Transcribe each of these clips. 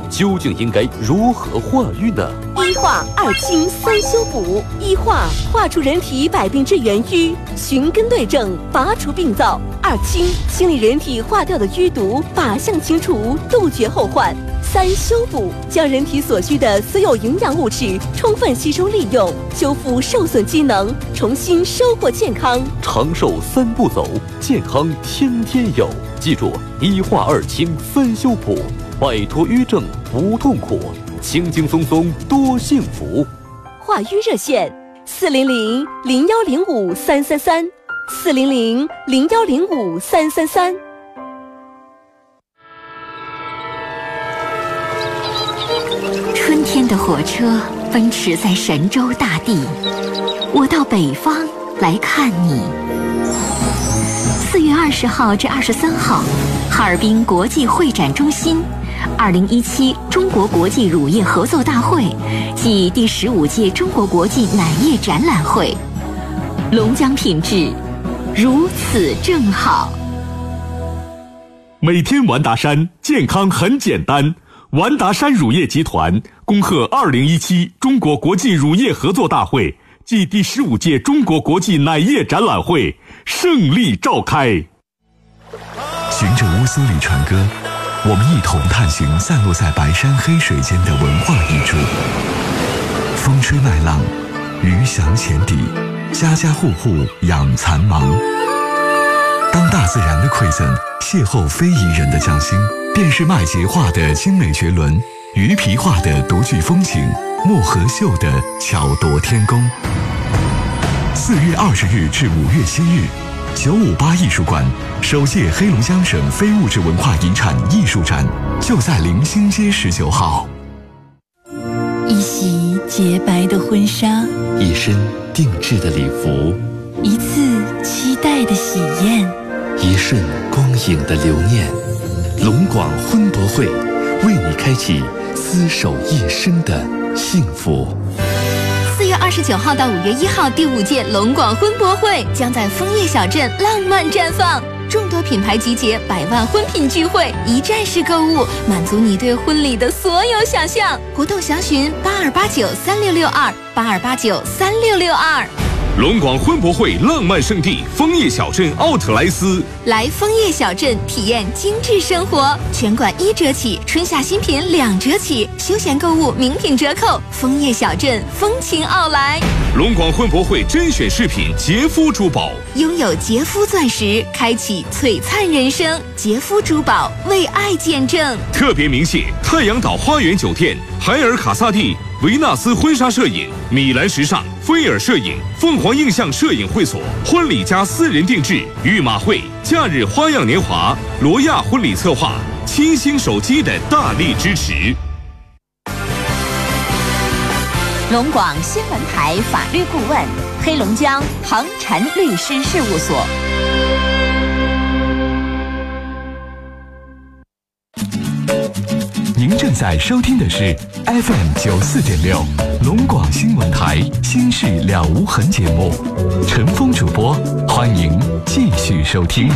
究竟应该如何化瘀呢？ 一化、二清、三修补。一化，化出人体百病之源瘀，寻根对症，拔除病灶；二清，清理人体化掉的淤毒，靶向清除，杜绝后患；三修补，将人体所需的所有营养物质充分吸收利用，修复受损机能，重新收获健康。 长寿三步走，健康天天有。记住，一化二清三修补，摆脱瘀症不痛苦，轻轻松松多幸福。 化瘀热线：400-0105-333，400-0105-333。 春天的火车奔驰在神州大地，我到北方来看你。4月20号至23号，哈尔滨国际会展中心2017中国国际乳业合作大会暨第15届中国国际奶业展览会，龙江品质如此正好。 每天玩达山，健康很简单。玩达山乳业集团恭贺2017中国国际乳业合作大会暨第15届中国国际奶业展览会胜利召开。 循着乌苏里船歌，我们一同探寻散落在白山黑水间的文化遗珠。风吹麦浪，鱼翔浅底，家家户户养蚕芒。当大自然的馈赠邂逅非遗人的匠心，便是麦秸画的精美绝伦，鱼皮画的独具风情，墨河绣的巧夺天工。4月20日至5月7日，958艺术馆首届黑龙江省非物质文化遗产艺术展就在临星街19号。 一袭洁白的婚纱， 一身定制的礼服， 一次期待的喜宴， 一瞬光影的留念。龙广婚博会为你开启厮守一生的幸福。 4月29号到5月1号，第5届龙广婚博会将在枫叶小镇浪漫绽放，众多品牌集结，100万婚品聚会，一站式购物，满足你对婚礼的所有想象。活动详询82893662，82893662。 龙广婚博会浪漫圣地枫叶小镇奥特莱斯， 来枫叶小镇体验精致生活，全馆1折起，春夏新品2折起，休闲购物名品折扣，枫叶小镇风情奥莱。 龙广婚博会甄选饰品洁肤珠宝， 拥有洁肤钻石，开启璀璨人生，洁肤珠宝为爱见证。 特别鸣谢太阳岛花园酒店、海尔卡萨蒂、维纳斯婚纱摄影、米兰时尚、菲尔摄影、凤凰印象摄影会所、婚礼家私人定制、御马会、假日花样年华、罗亚婚礼策划、七星手机的大力支持。 龙广新闻台法律顾问，黑龙江恒晨律师事务所。 您正在收听的是 FM94.6龙广新闻台心事了无痕节目，陈峰主播，欢迎继续收听。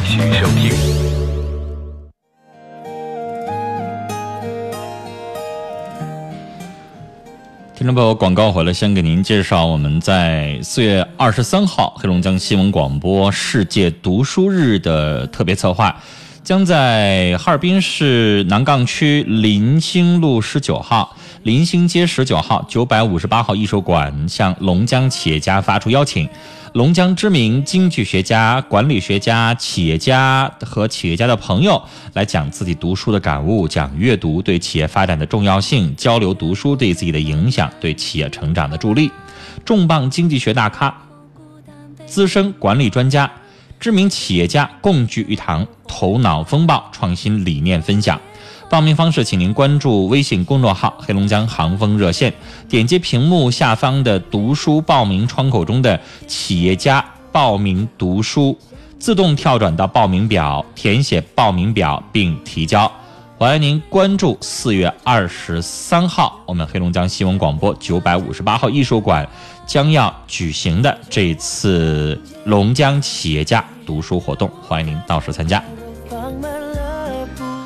听众朋友，广告回来，先给您介绍我们在4月23号黑龙江新闻广播世界读书日的特别策划，将在哈尔滨市南岗区临星路19号、临星街19号、958号艺术馆向龙江企业家发出邀请。龙江知名经济学家、管理学家、企业家和企业家的朋友来讲自己读书的感悟，讲阅读对企业发展的重要性，交流读书对自己的影响，对企业成长的助力。重磅经济学大咖、资深管理专家、知名企业家共聚一堂，头脑风暴，创新理念分享。报名方式，请您关注微信公众号黑龙江航风热线，点击屏幕下方的读书报名窗口中的企业家报名读书，自动跳转到报名表，填写报名表并提交。欢迎您关注4月23号我们黑龙江新闻广播958号艺术馆将要举行的这次龙江企业家读书活动，欢迎您到时参加。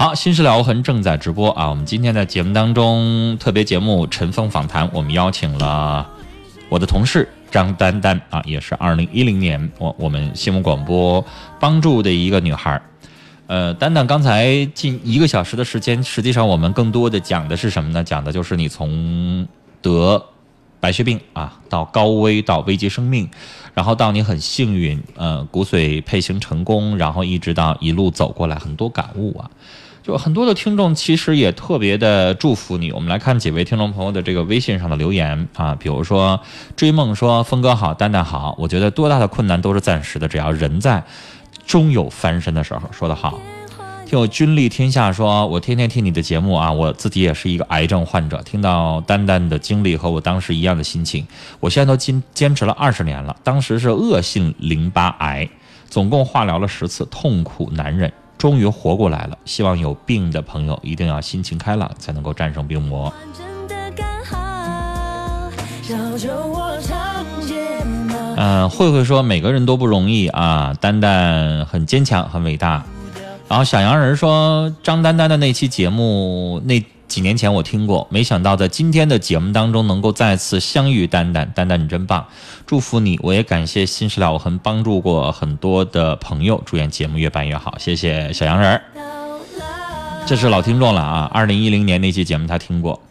好，新事了无痕正在直播啊！我们今天在节目当中特别节目尘封访谈，我们邀请了我的同事张丹丹啊，也是2010年我们新闻广播帮助的一个女孩。丹丹刚才近1个小时的时间，实际上我们更多的讲的是什么呢？讲的就是你从得白血病啊，到高危，到危及生命，然后到你很幸运，骨髓配型成功，然后一直到一路走过来，很多感悟啊。就很多的听众其实也特别的祝福你。我们来看几位听众朋友的这个微信上的留言啊，比如说追梦说峰哥好，丹丹好，我觉得多大的困难都是暂时的，只要人在，终有翻身的时候。说得好。听我君立天下说，我天天听你的节目啊，我自己也是一个癌症患者，听到丹丹的经历和我当时一样的心情，我现在都坚持了20年了。当时是恶性淋巴癌，总共化疗了10次，痛苦难忍，终于活过来了。希望有病的朋友一定要心情开朗，才能够战胜病魔。慧慧说每个人都不容易啊，丹丹很坚强很伟大。然后小洋人说张丹丹的那期节目那几年前我听过，没想到在今天的节目当中能够再次相遇丹丹，丹丹你真棒，祝福你。我也感谢新事了无痕帮助过很多的朋友，祝愿节目越办越好。谢谢小洋人，这是老听众了啊，2010年那期节目他听过。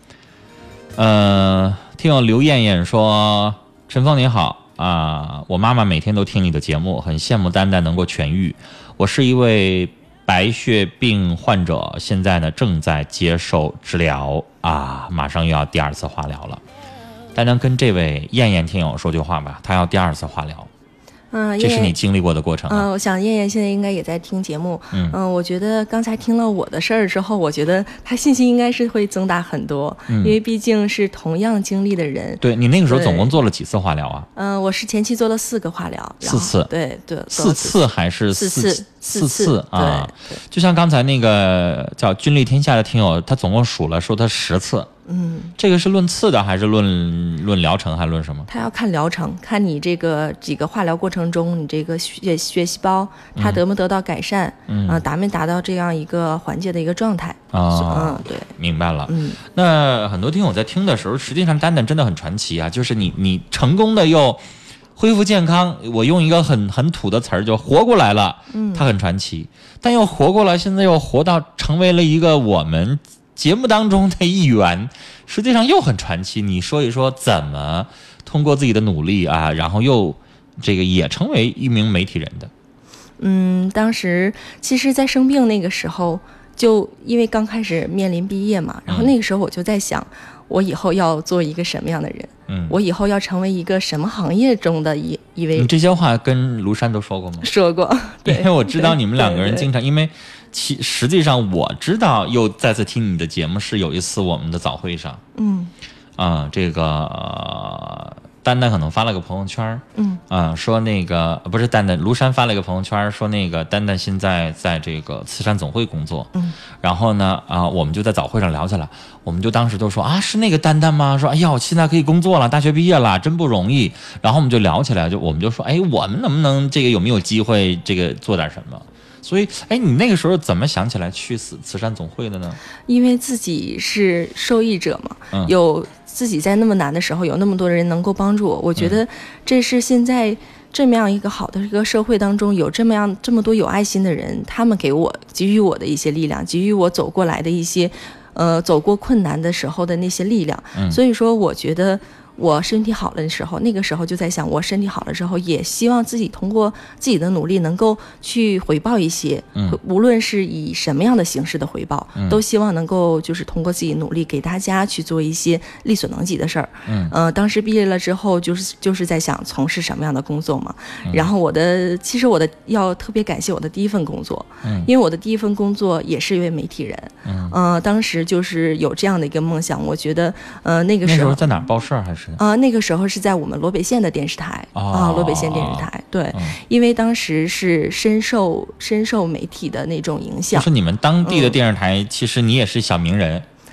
听友刘艳艳说，陈峰你好啊，我妈妈每天都听你的节目，很羡慕丹丹能够痊愈。我是一位白血病患者，现在呢正在接受治疗啊，马上又要第2次化疗了。丹丹跟这位艳艳听友说句话吧，她要第2次化疗。这是你经历过的过程啊。 我想燕燕现在应该也在听节目。我觉得刚才听了我的事儿之后，我觉得她信心应该是会增大很多，因为毕竟是同样经历的人。 对，你那个时候总共做了几次化疗啊？ 我是前期做了4个化疗 ，4次。 对 ，4次还是 4 次啊？ 对， 就像刚才那个叫君立天下的听友，他总共数了，说他10次。这个是论次的还是论疗程还是论什么？ 他要看疗程，看你这个几个化疗过程中，你这个血细胞它得没得到改善，达没达到这样一个缓解的一个状态对， 明白了。那很多听友在听的时候，实际上丹丹真的很传奇啊，就是你成功的又恢复健康，我用一个很土的词儿就活过来了，他很传奇，但又活过来，现在又活到成为了一个我们节目当中的一员，实际上又很传奇。你说一说怎么通过自己的努力啊，然后又这个也成为一名媒体人的？ 当时其实在生病那个时候，就因为刚开始面临毕业嘛，然后那个时候我就在想，我以后要做一个什么样的人？我以后要成为一个什么行业中的一位？ 你这些话跟卢山都说过吗？ 说过，对， 因为我知道你们2个人经常，因为实际上我知道，又再次听你的节目是有一次我们的早会上，这个丹丹可能发了个朋友圈，说那个不是丹丹，卢山发了一个朋友圈，说那个丹丹现在在这个慈善总会工作，然后呢我们就在早会上聊起来，我们就当时就说啊，是那个丹丹吗？说哎呀，我现在可以工作了，大学毕业了，真不容易。然后我们就聊起来，我们就说，哎，我们能不能这个有没有机会这个做点什么？所以，哎，你那个时候怎么想起来去慈善总会的呢？ 因为自己是受益者嘛，有自己在那么难的时候，有那么多人能够帮助我，我觉得这是现在这么样一个好的一个社会当中，有这么多有爱心的人，他们给予我的一些力量，给予我走过来的一些，走过困难的时候的那些力量。所以说，我觉得我身体好了的时候，那个时候就在想，我身体好了之后，也希望自己通过自己的努力能够去回报一些，无论是以什么样的形式的回报，都希望能够就是通过自己努力给大家去做一些力所能及的事儿。当时毕业了之后，就是在想从事什么样的工作嘛。然后其实我要特别感谢我的第一份工作，因为我的第一份工作也是一位媒体人。当时就是有这样的一个梦想，我觉得那个时候在哪儿报社还是？ 那个时候是在我们罗北县的电视台罗北县电视台。对，因为当时是深受媒体的那种影响。 就是你们当地的电视台，其实你也是小名人。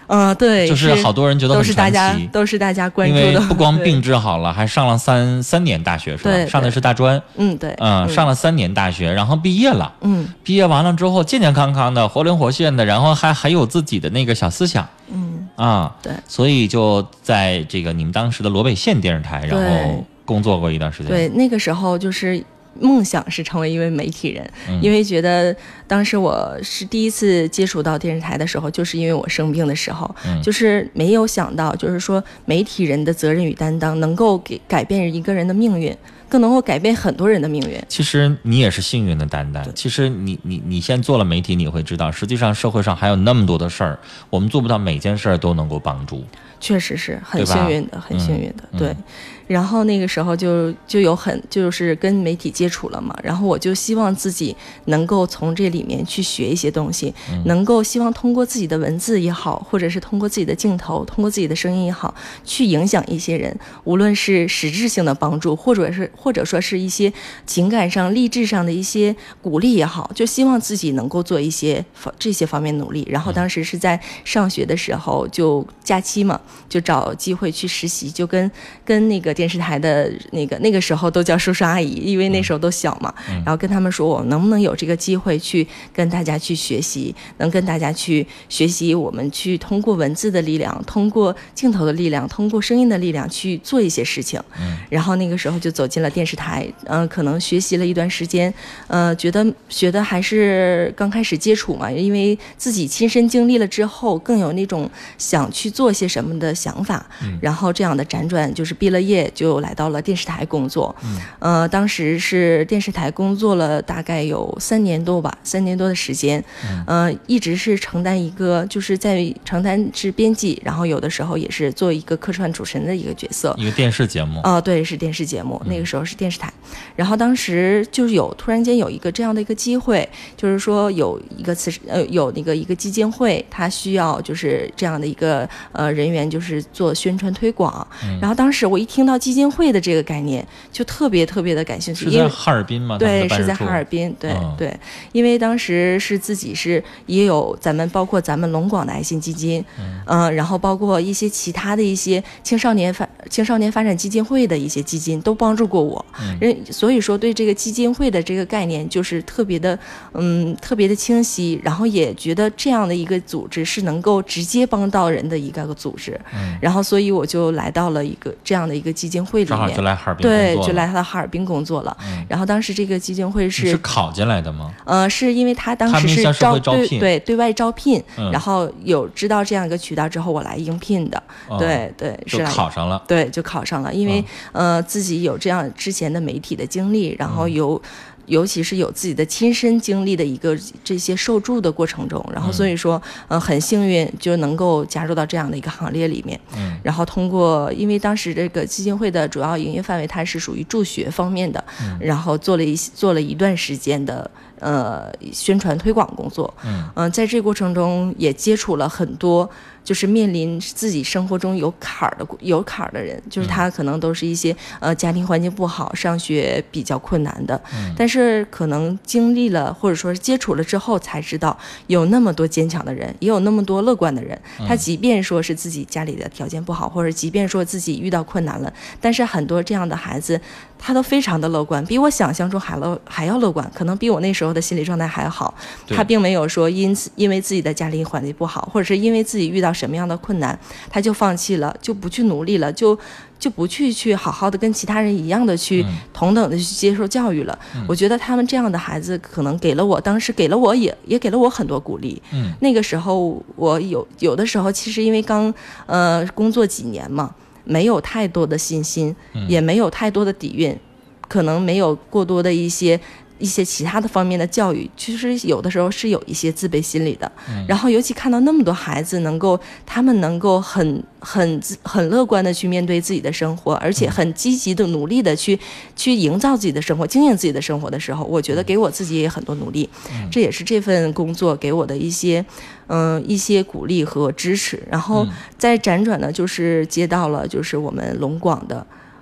对， 就是好多人觉得很传奇， 都是大家关注的。 因为不光病治好了，还上了三年大学是吧？上的是大专。 对。 上了3年大学，然后毕业了。毕业完了之后，健健康康的，活灵活现的，然后还有自己的那个小思想。 对。 所以就在这个你们当时的罗北县电视台，然后工作过一段时间。 对，那个时候就是梦想是成为一位媒体人，因为觉得当时我是第一次接触到电视台的时候，就是因为我生病的时候，就是没有想到，就是说媒体人的责任与担当能够改变一个人的命运，更能够改变很多人的命运。 其实你也是幸运的担当。其实你先做了媒体，你会知道，实际上社会上还有那么多的事儿，我们做不到每件事儿都能够帮助。 确实是很幸运的，很幸运的，对。然后那个时候就是跟媒体接触了嘛，然后我就希望自己能够从这里面去学一些东西，能够希望通过自己的文字也好，或者是通过自己的镜头，通过自己的声音也好，去影响一些人，无论是实质性的帮助，或者说是一些情感上、励志上的一些鼓励也好，就希望自己能够做一些这些方面努力。然后当时是在上学的时候，就假期嘛，就找机会去实习，就跟那个电视台的那个时候都叫叔叔阿姨，因为那时候都小嘛，然后跟他们说我能不能有这个机会去跟大家去学习，能跟大家去学习，我们去通过文字的力量，通过镜头的力量，通过声音的力量去做一些事情。然后那个时候就走进了电视台，可能学习了一段时间，觉得还是刚开始接触嘛，因为自己亲身经历了之后，更有那种想去做些什么的想法。然后这样的辗转，就是毕了业就来到了电视台工作。当时是电视台工作了大概有3年多吧，3年多的时间。一直是承担一个，就是在承担是编辑，然后有的时候也是做一个客串主持人的一个角色。一个电视节目。 对，是电视节目。那个时候是电视台。然后当时就是突然间有一个这样的一个机会，就是说有一个一个基金会，它需要就是这样的一个人员，就是做宣传推广。然后当时我一听到基金会的这个概念，就特别特别的感兴趣。 是在哈尔滨吗？ 对，是在哈尔滨。对，因为当时是自己也有包括咱们龙广的爱心基金，然后包括一些其他的一些青少年发展基金会的一些基金都帮助过我。所以说对这个基金会的这个概念就是特别的清晰，然后也觉得这样的一个组织是能够直接帮到人的一个组织。然后所以我就来到了一个这样的一个基金会里面， 正好就来哈尔滨对，就来到哈尔滨工作了。然后当时这个基金会是考进来的吗？ 是因为他当时是对外招聘，然后有知道这样一个渠道之后，我来应聘的。对， 是考上了。 对，就考上了，因为自己有这样之前的媒体的经历，然后尤其是有自己的亲身经历的一个这些受助的过程中，然后所以说很幸运就能够加入到这样的一个行列里面。然后通过，因为当时这个基金会的主要营业范围它是属于助学方面的，然后做了一段时间的宣传推广工作。在这个过程中也接触了很多就是面临自己生活中有坎儿的人，就是他可能都是一些家庭环境不好，上学比较困难的，但是可能经历了或者说是接触了之后才知道，有那么多坚强的人，也有那么多乐观的人。他即便说是自己家里的条件不好，或者即便说自己遇到困难了，但是很多这样的孩子他都非常的乐观，比我想象中还要乐观，可能比我那时候的心理状态还好。他并没有说因为自己的家庭环境不好，或者是因为自己遇到什么样的困难他就放弃了，就不去努力了，就不去好好的跟其他人一样的去同等的去接受教育了。我觉得他们这样的孩子可能当时给了我也给了我很多鼓励。那个时候我有的时候其实因为刚工作几年嘛，没有太多的信心，也没有太多的底蕴，可能没有过多的一些其他的方面的教育，其实有的时候是有一些自卑心理的。然后尤其看到那么多孩子他们能够很乐观的去面对自己的生活，而且很积极的努力的去营造自己的生活，经营自己的生活的时候，我觉得给我自己也很多努力。这也是这份工作给我的一些鼓励和支持。然后再辗转呢，就是接到了就是我们龙广的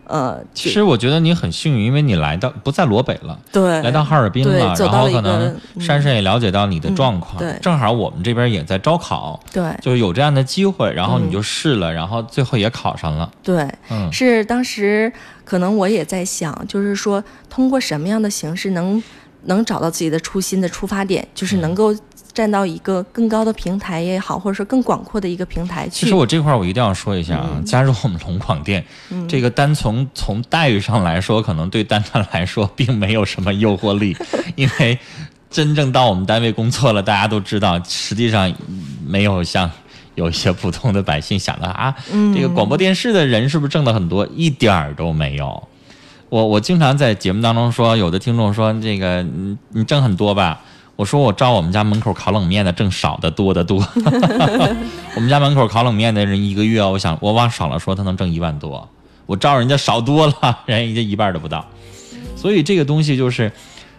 其实我觉得你很幸运，因为你来到不在罗北了， 对， 来到哈尔滨了，然后可能珊珊也了解到你的状况， 对， 正好我们这边也在招考， 对， 就是有这样的机会，然后你就试了，然后最后也考上了， 对，是当时可能我也在想，就是说通过什么样的形式能找到自己的初心的出发点，就是能够站到一个更高的平台也好，或者说更广阔的一个平台去。 其实我这块我一定要说一下啊，加入我们龙广电，这个单从待遇上来说，可能对丹丹来说并没有什么诱惑力，因为真正到我们单位工作了，大家都知道，实际上没有像有一些普通的百姓想的啊，这个广播电视的人是不是挣的很多？一点儿都没有。我经常在节目当中说，有的听众说这个你挣很多吧。我说我招我们家门口烤冷面的挣少的多得多。我们家门口烤冷面的人一个月，我往少了说他能挣1万多，我招人家少多了，人家1半都不到。所以这个东西就是，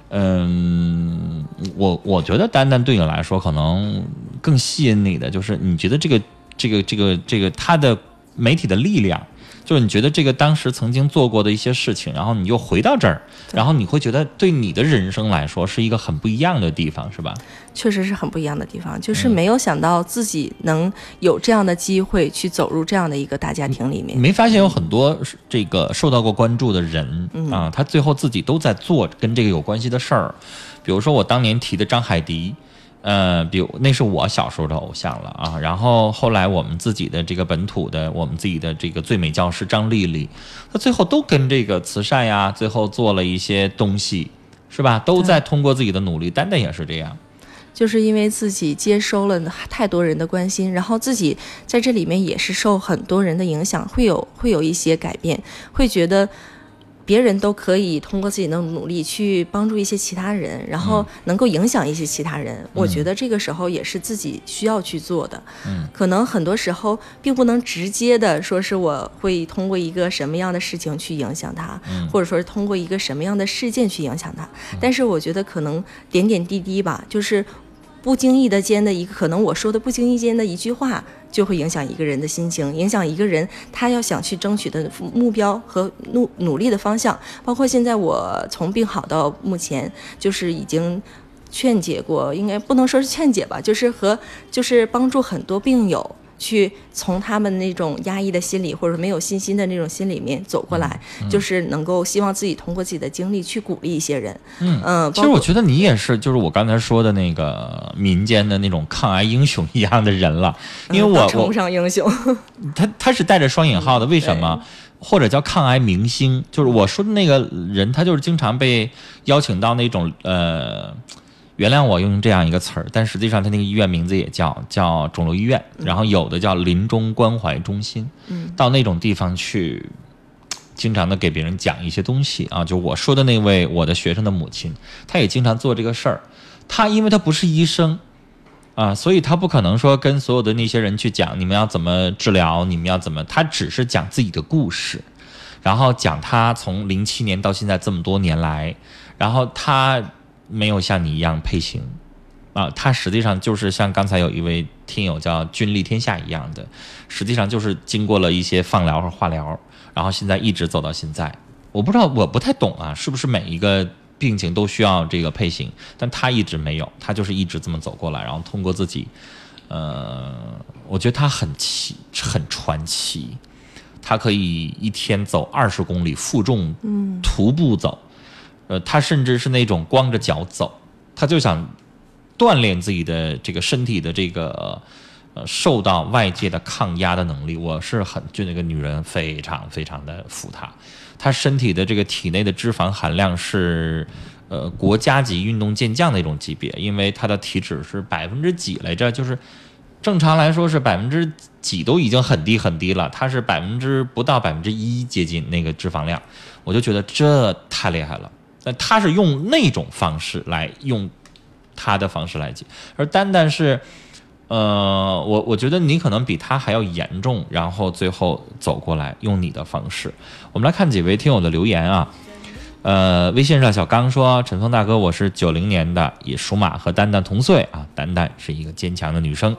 我觉得丹丹对你来说可能更吸引你的就是你觉得这个他的媒体的力量。就是你觉得这个当时曾经做过的一些事情，然后你又回到这儿，然后你会觉得对你的人生来说是一个很不一样的地方，是吧？ 确实是很不一样的地方，就是没有想到自己能有这样的机会去走入这样的一个大家庭里面。 你没发现有很多这个受到过关注的人啊，他最后自己都在做跟这个有关系的事儿，比如说我当年提的张海迪。比如那是我小时候的偶像了啊，然后后来我们自己的这个本土的，我们自己的这个最美教师张丽丽，她最后都跟这个慈善呀，最后做了一些东西，是吧？都在通过自己的努力，丹丹也是这样。 就是因为自己接收了太多人的关心，然后自己在这里面也是受很多人的影响，会有一些改变，会觉得。别人都可以通过自己的努力去帮助一些其他人，然后能够影响一些其他人。我觉得这个时候也是自己需要去做的。可能很多时候并不能直接的说是我会通过一个什么样的事情去影响他，或者说是通过一个什么样的事件去影响他。但是我觉得可能点点滴滴吧，就是不经意的间的一个，可能我说的不经意间的一句话，就会影响一个人的心情，影响一个人他要想去争取的目标和努力的方向。包括现在我从病好到目前，就是已经劝解过，应该不能说是劝解吧，就是帮助很多病友去从他们那种压抑的心理或者没有信心的那种心里面走过来，就是能够希望自己通过自己的经历去鼓励一些人。 其实我觉得你也是，就是我刚才说的那个民间的那种抗癌英雄一样的人了，因为我称不上英雄， 他是带着双引号的，为什么？或者叫抗癌明星，就是我说的那个人，他就是经常被邀请到那种原谅我用这样一个词儿，但实际上他那个医院名字也叫肿瘤医院，然后有的叫临终关怀中心，到那种地方去，经常的给别人讲一些东西啊。就我说的那位我的学生的母亲，她也经常做这个事儿。她因为她不是医生啊，所以她不可能说跟所有的那些人去讲你们要怎么治疗，你们要怎么，她只是讲自己的故事，然后讲她从07年到现在这么多年来，然后她没有像你一样配型啊，他实际上就是像刚才有一位听友叫君立天下一样的，实际上就是经过了一些放疗和化疗，然后现在一直走到现在。我不知道，我不太懂啊，是不是每一个病情都需要这个配型？但他一直没有，他就是一直这么走过来，然后通过自己，我觉得他很传奇，他可以一天走20公里负重徒步走。他甚至是那种光着脚走，他就想锻炼自己的这个身体的这个受到外界的抗压的能力。我是就那个女人非常非常的服她，她身体的这个体内的脂肪含量是国家级运动健将的一种级别，因为她的体脂是几来着，就是正常来说是几都已经很低很低了，她是不到1%接近那个脂肪量，我就觉得这太厉害了。但他是用那种方式来用他的方式来解，而单单是我觉得你可能比他还要严重，然后最后走过来用你的方式。我们来看几位听友的留言啊。微信上小刚说，陈峰大哥，我是90年的，也属马，和丹丹同岁啊。丹丹是一个坚强的女生。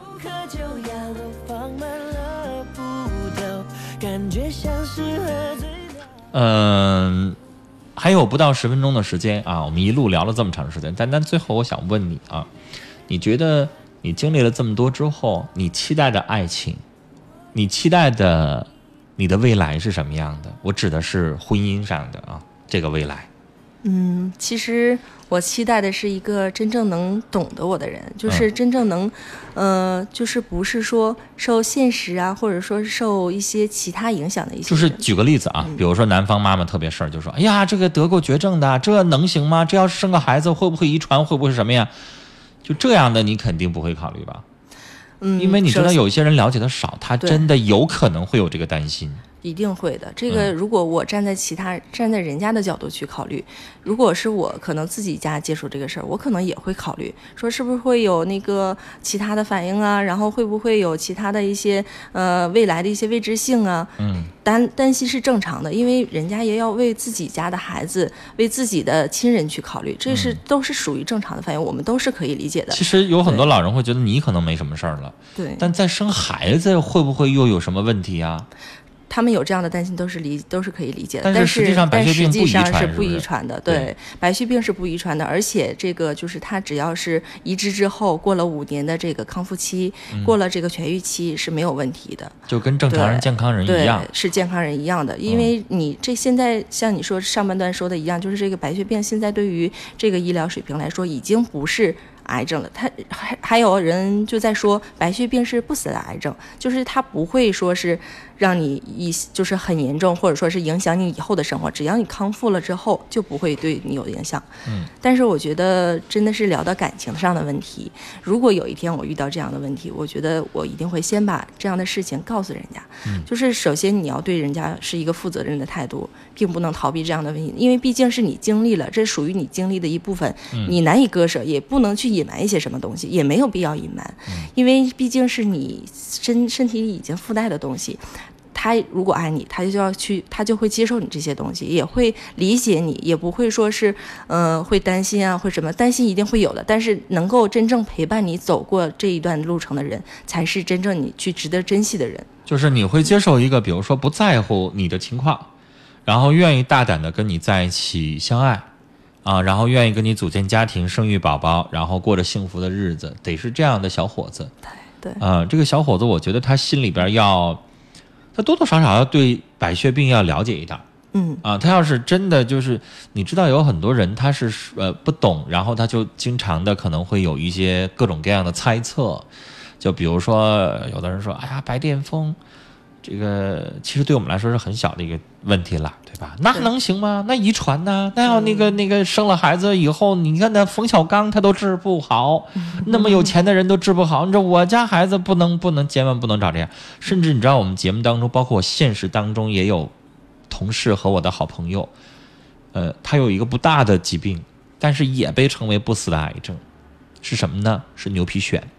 还有不到10分钟的时间啊，我们一路聊了这么长时间，但最后我想问你啊，你觉得你经历了这么多之后，你期待的爱情，你期待的你的未来是什么样的？我指的是婚姻上的啊，这个未来。 其实我期待的是一个真正能懂得我的人，就是真正能，就是不是说受现实啊，或者说受一些其他影响的一些人。 就是举个例子啊，比如说南方妈妈特别事儿，就说，哎呀，这个得过绝症的，这能行吗？这要是生个孩子，会不会遗传？会不会什么呀？就这样的，你肯定不会考虑吧？因为你知道有些人了解的少，他真的有可能会有这个担心。 一定会的，这个如果我站在人家的角度去考虑，如果是我可能自己家接触这个事儿，我可能也会考虑说是不是会有那个其他的反应啊，然后会不会有其他的一些未来的一些未知性啊，担心是正常的，因为人家也要为自己家的孩子，为自己的亲人去考虑，这是都是属于正常的反应，我们都是可以理解的。 其实有很多老人会觉得你可能没什么事儿了， 对， 但在生孩子会不会又有什么问题啊？ 他们有这样的担心都是可以理解的， 但是实际上白血病是不遗传的，对，白血病是不遗传的，而且这个就是它只要是移植之后，过了5年的这个康复期，过了这个痊愈期是没有问题的， 就跟正常人健康人一样， 对，是健康人一样的，因为你这现在像你说上半段说的一样，就是这个白血病现在对于这个医疗水平来说已经不是癌症了，他还有人就在说白血病是不死的癌症，就是它不会说是让你就是很严重，或者说是影响你以后的生活，只要你康复了之后就不会对你有影响。但是我觉得真的是聊到感情上的问题，如果有一天我遇到这样的问题，我觉得我一定会先把这样的事情告诉人家，就是首先你要对人家是一个负责任的态度，并不能逃避这样的问题，因为毕竟是你经历了，这属于你经历的一部分，你难以割舍，也不能去隐瞒一些什么东西，也没有必要隐瞒，因为毕竟是你身体里已经附带的东西。他如果爱你，他就会接受你这些东西，也会理解你，也不会说是会担心啊，会什么担心一定会有的，但是能够真正陪伴你走过这一段路程的人，才是真正你去值得珍惜的人。 就是你会接受一个比如说不在乎你的情况，然后愿意大胆的跟你在一起相爱啊，然后愿意跟你组建家庭，生育宝宝，然后过着幸福的日子，得是这样的小伙子。 对， 这个小伙子我觉得他心里边他多多少少要对白血病要了解一点。他要是真的就是你知道有很多人他是不懂，然后他就经常的可能会有一些各种各样的猜测，就比如说有的人说，哎呀，白癜风这个其实对我们来说是很小的一个问题了，对吧？那能行吗？那遗传呢？那要那个生了孩子以后，你看那冯小刚他都治不好，那么有钱的人都治不好，你说我家孩子不能，千万不能找这样。甚至你知道我们节目当中，包括我现实当中也有同事和我的好朋友，他有一个不大的疾病，但是也被称为不死的癌症，是什么呢？是牛皮癣。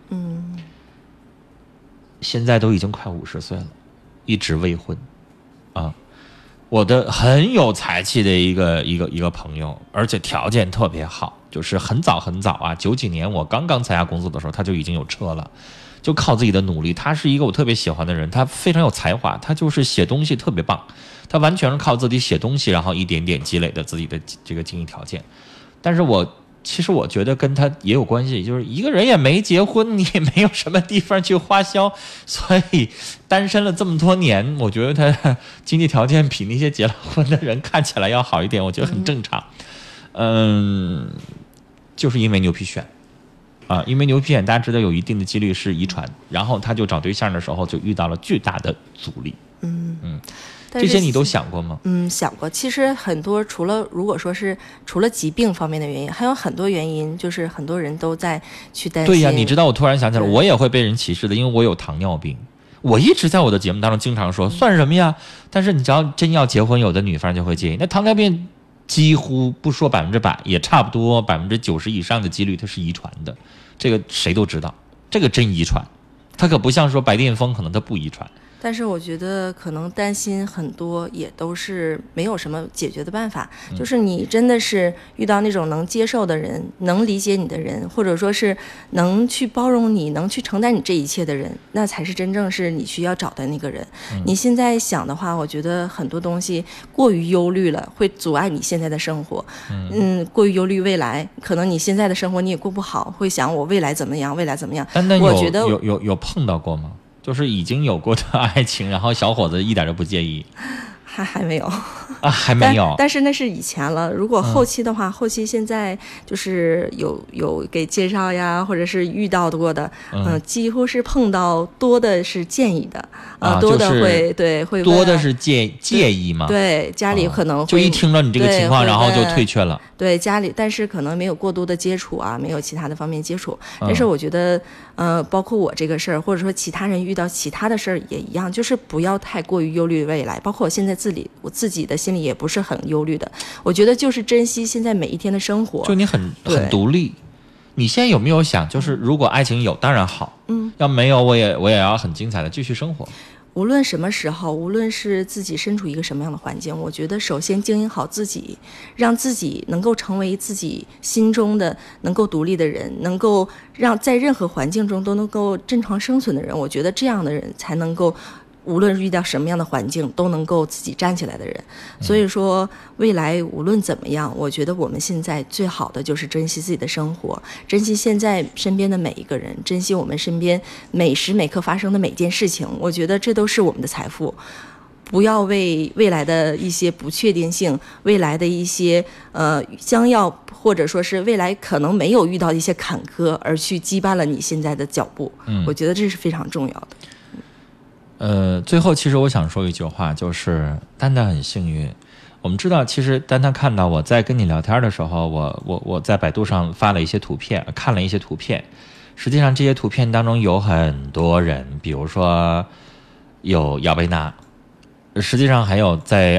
现在都已经快50岁了。一直未婚，我的很有才气的一个朋友，而且条件特别好，就是很早啊，90几年我刚刚参加工作的时候，他就已经有车了，就靠自己的努力。他是一个我特别喜欢的人，他非常有才华，他就是写东西特别棒，他完全是靠自己写东西，然后一点点积累的自己的这个经济条件。但是其实我觉得跟他也有关系，就是一个人也没结婚，你也没有什么地方去花销，所以单身了这么多年，我觉得他经济条件比那些结了婚的人看起来要好一点，我觉得很正常。就是因为牛皮癣因为牛皮癣大家知道有一定的几率是遗传，然后他就找对象的时候就遇到了巨大的阻力。这些你都想过吗？ 想过。其实很多如果说是除了疾病方面的原因，还有很多原因，就是很多人都在去担心。 对呀，你知道我突然想起来，我也会被人歧视的，因为我有糖尿病。我一直在我的节目当中经常说，算什么呀？但是你只要真要结婚，有的女方就会介意。那糖尿病几乎不说100%，也差不多90%以上的几率它是遗传的，这个谁都知道，这个真遗传。它可不像说白癜风可能它不遗传。 但是我觉得可能担心很多也都是没有什么解决的办法，就是你真的是遇到那种能接受的人，能理解你的人，或者说是能去包容你，能去承担你这一切的人，那才是真正是你需要找的那个人。你现在想的话，我觉得很多东西过于忧虑了，会阻碍你现在的生活。过于忧虑未来，可能你现在的生活你也过不好，会想我未来怎么样，未来怎么样。 但我觉得有碰到过吗？就是已经有过的爱情，然后小伙子一点都不介意。 还没有啊，还没有。 但是那是以前了。如果后期的话，后期现在就是有给介绍呀，或者是遇到过的，几乎是碰到多的是建议的，多的会对会多的是介意嘛？ 对，家里可能会就一听到你这个情况，然后就退却了。 对家里，但是可能没有过多的接触啊，没有其他的方面接触。但是我觉得，包括我这个事儿，或者说其他人遇到其他的事儿也一样，就是不要太过于忧虑未来。包括我现在我自己的心里也不是很忧虑的。我觉得就是珍惜现在每一天的生活。 就你很独立。你现在有没有想，就是如果爱情有，当然好，要没有，我也要很精彩的继续生活。 无论什么时候，无论是自己身处一个什么样的环境，我觉得首先经营好自己，让自己能够成为自己心中的能够独立的人，能够让在任何环境中都能够正常生存的人，我觉得这样的人才能够无论遇到什么样的环境都能够自己站起来的人。所以说未来无论怎么样，我觉得我们现在最好的就是珍惜自己的生活，珍惜现在身边的每一个人，珍惜我们身边每时每刻发生的每件事情，我觉得这都是我们的财富。不要为未来的一些不确定性，未来的一些将要或者说是未来可能没有遇到一些坎坷而去羁绊了你现在的脚步。我觉得这是非常重要的。 最后其实我想说一句话，就是丹丹很幸运。我们知道，其实丹丹看到我在跟你聊天的时候，我在百度上发了一些图片，看了一些图片。实际上这些图片当中有很多人，比如说有姚贝娜，实际上还有在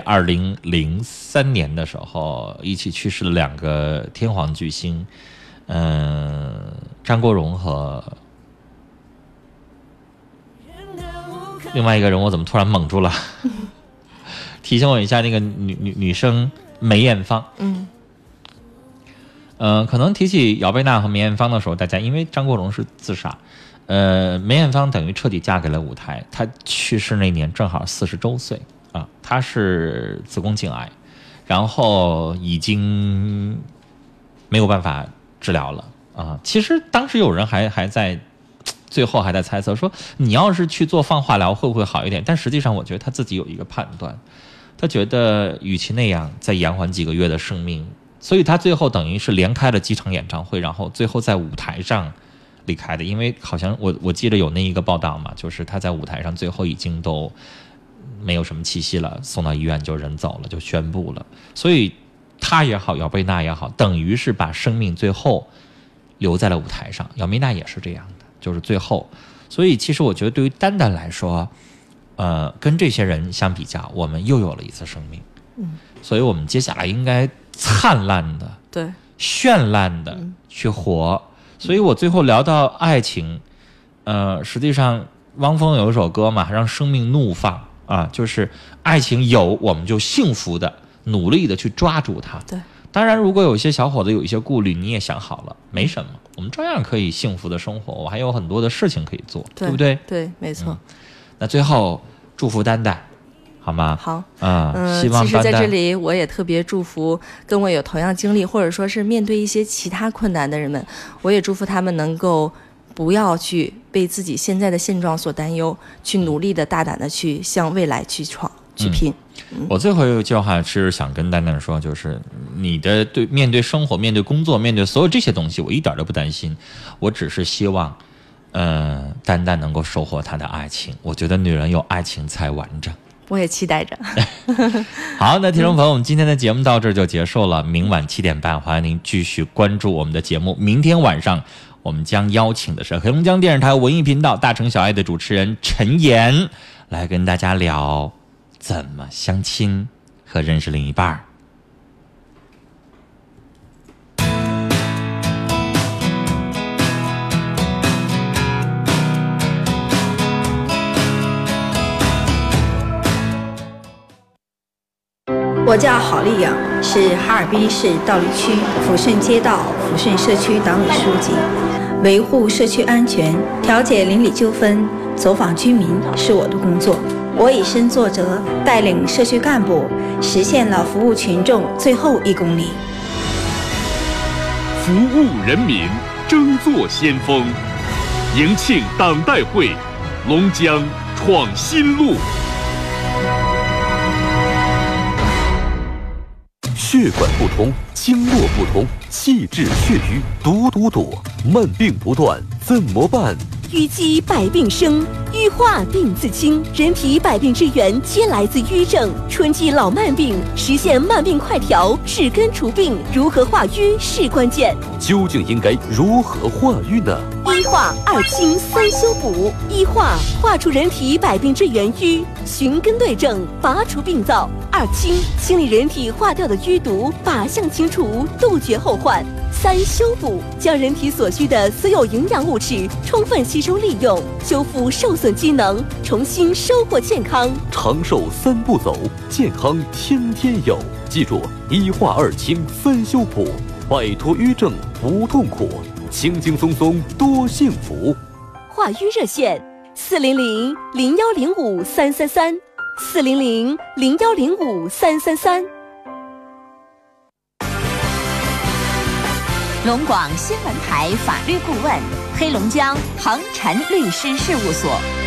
2003年的时候一起去世的2个天皇巨星，张国荣和另外一个人，我怎么突然懵住了？提醒我一下，那个女生梅艳芳。可能提起姚贝娜和梅艳芳的时候，大家因为张国荣是自杀，梅艳芳等于彻底嫁给了舞台。她去世那年正好40周岁啊，她是子宫颈癌，然后已经没有办法治疗了啊。其实当时有人还在。最后还在猜测说，你要是去做放化疗会不会好一点？但实际上我觉得他自己有一个判断，他觉得与其那样再延缓几个月的生命，所以他最后等于是连开了几场演唱会，然后最后在舞台上离开的。因为好像我记得有那一个报道嘛，就是他在舞台上最后已经都没有什么气息了，送到医院就人走了，就宣布了。所以他也好，姚贝娜也好，等于是把生命最后留在了舞台上。姚贝娜也是这样的。就是最后，所以其实我觉得对于丹丹来说，跟这些人相比较，我们又有了一次生命。所以我们接下来应该灿烂的、 对， 绚烂的去活。所以我最后聊到爱情，实际上汪峰有一首歌嘛，让生命怒放啊，就是爱情有，我们就幸福的、努力的去抓住它。 对。 当然如果有一些小伙子有一些顾虑，你也想好了，没什么，我们照样可以幸福的生活，我还有很多的事情可以做， 对不对？ 对，没错。 那最后祝福丹丹好吗？ 好希望其实在这里我也特别祝福跟我有同样经历或者说是面对一些其他困难的人们，我也祝福他们能够不要去被自己现在的现状所担忧，去努力的大胆的去向未来去闯去拼。 我最后一句话是想跟丹丹说，就是你的面对生活、面对工作、面对所有这些东西，我一点都不担心。我只是希望，丹丹能够收获她的爱情。我觉得女人有爱情才完整。 我也期待着。 好，那听众朋友，我们今天的节目到这儿就结束了。明晚7点半，欢迎您继续关注我们的节目。明天晚上，我们将邀请的是黑龙江电视台文艺频道《大城小爱》的主持人陈岩，来跟大家聊怎么相亲和认识另一半。 我叫郝丽颖，是哈尔滨市道里区抚顺街道抚顺社区党委书记。维护社区安全、调解邻里纠纷、走访居民是我的工作。我以身作则，带领社区干部实现了服务群众最后1公里。 服务人民，争做先锋。迎庆党代会，龙江创新路。血管不通，经络不通，气滞血瘀，堵，慢病不断，怎么办？ 淤积百病生，淤化病自清。人体百病之源皆来自瘀症。春季老慢病，实现慢病快调，治根除病。如何化瘀是关键。 究竟应该如何化瘀呢？ 一化2清3修补。一化，化出人体百病之源瘀，寻根对症，拔除病灶。2清，清理人体化掉的淤毒，靶向清除，杜绝后患。3修补，将人体所需的所有营养物质充分吸收利用，修复受损机能，重新收获健康。 长寿3步走，健康天天有。记住，一化2清3修补，摆脱瘀症不痛苦，轻轻松松多幸福。 化瘀热线：400-0105-333。400-0105-333。 龙广新闻台法律顾问，黑龙江恒辰律师事务所。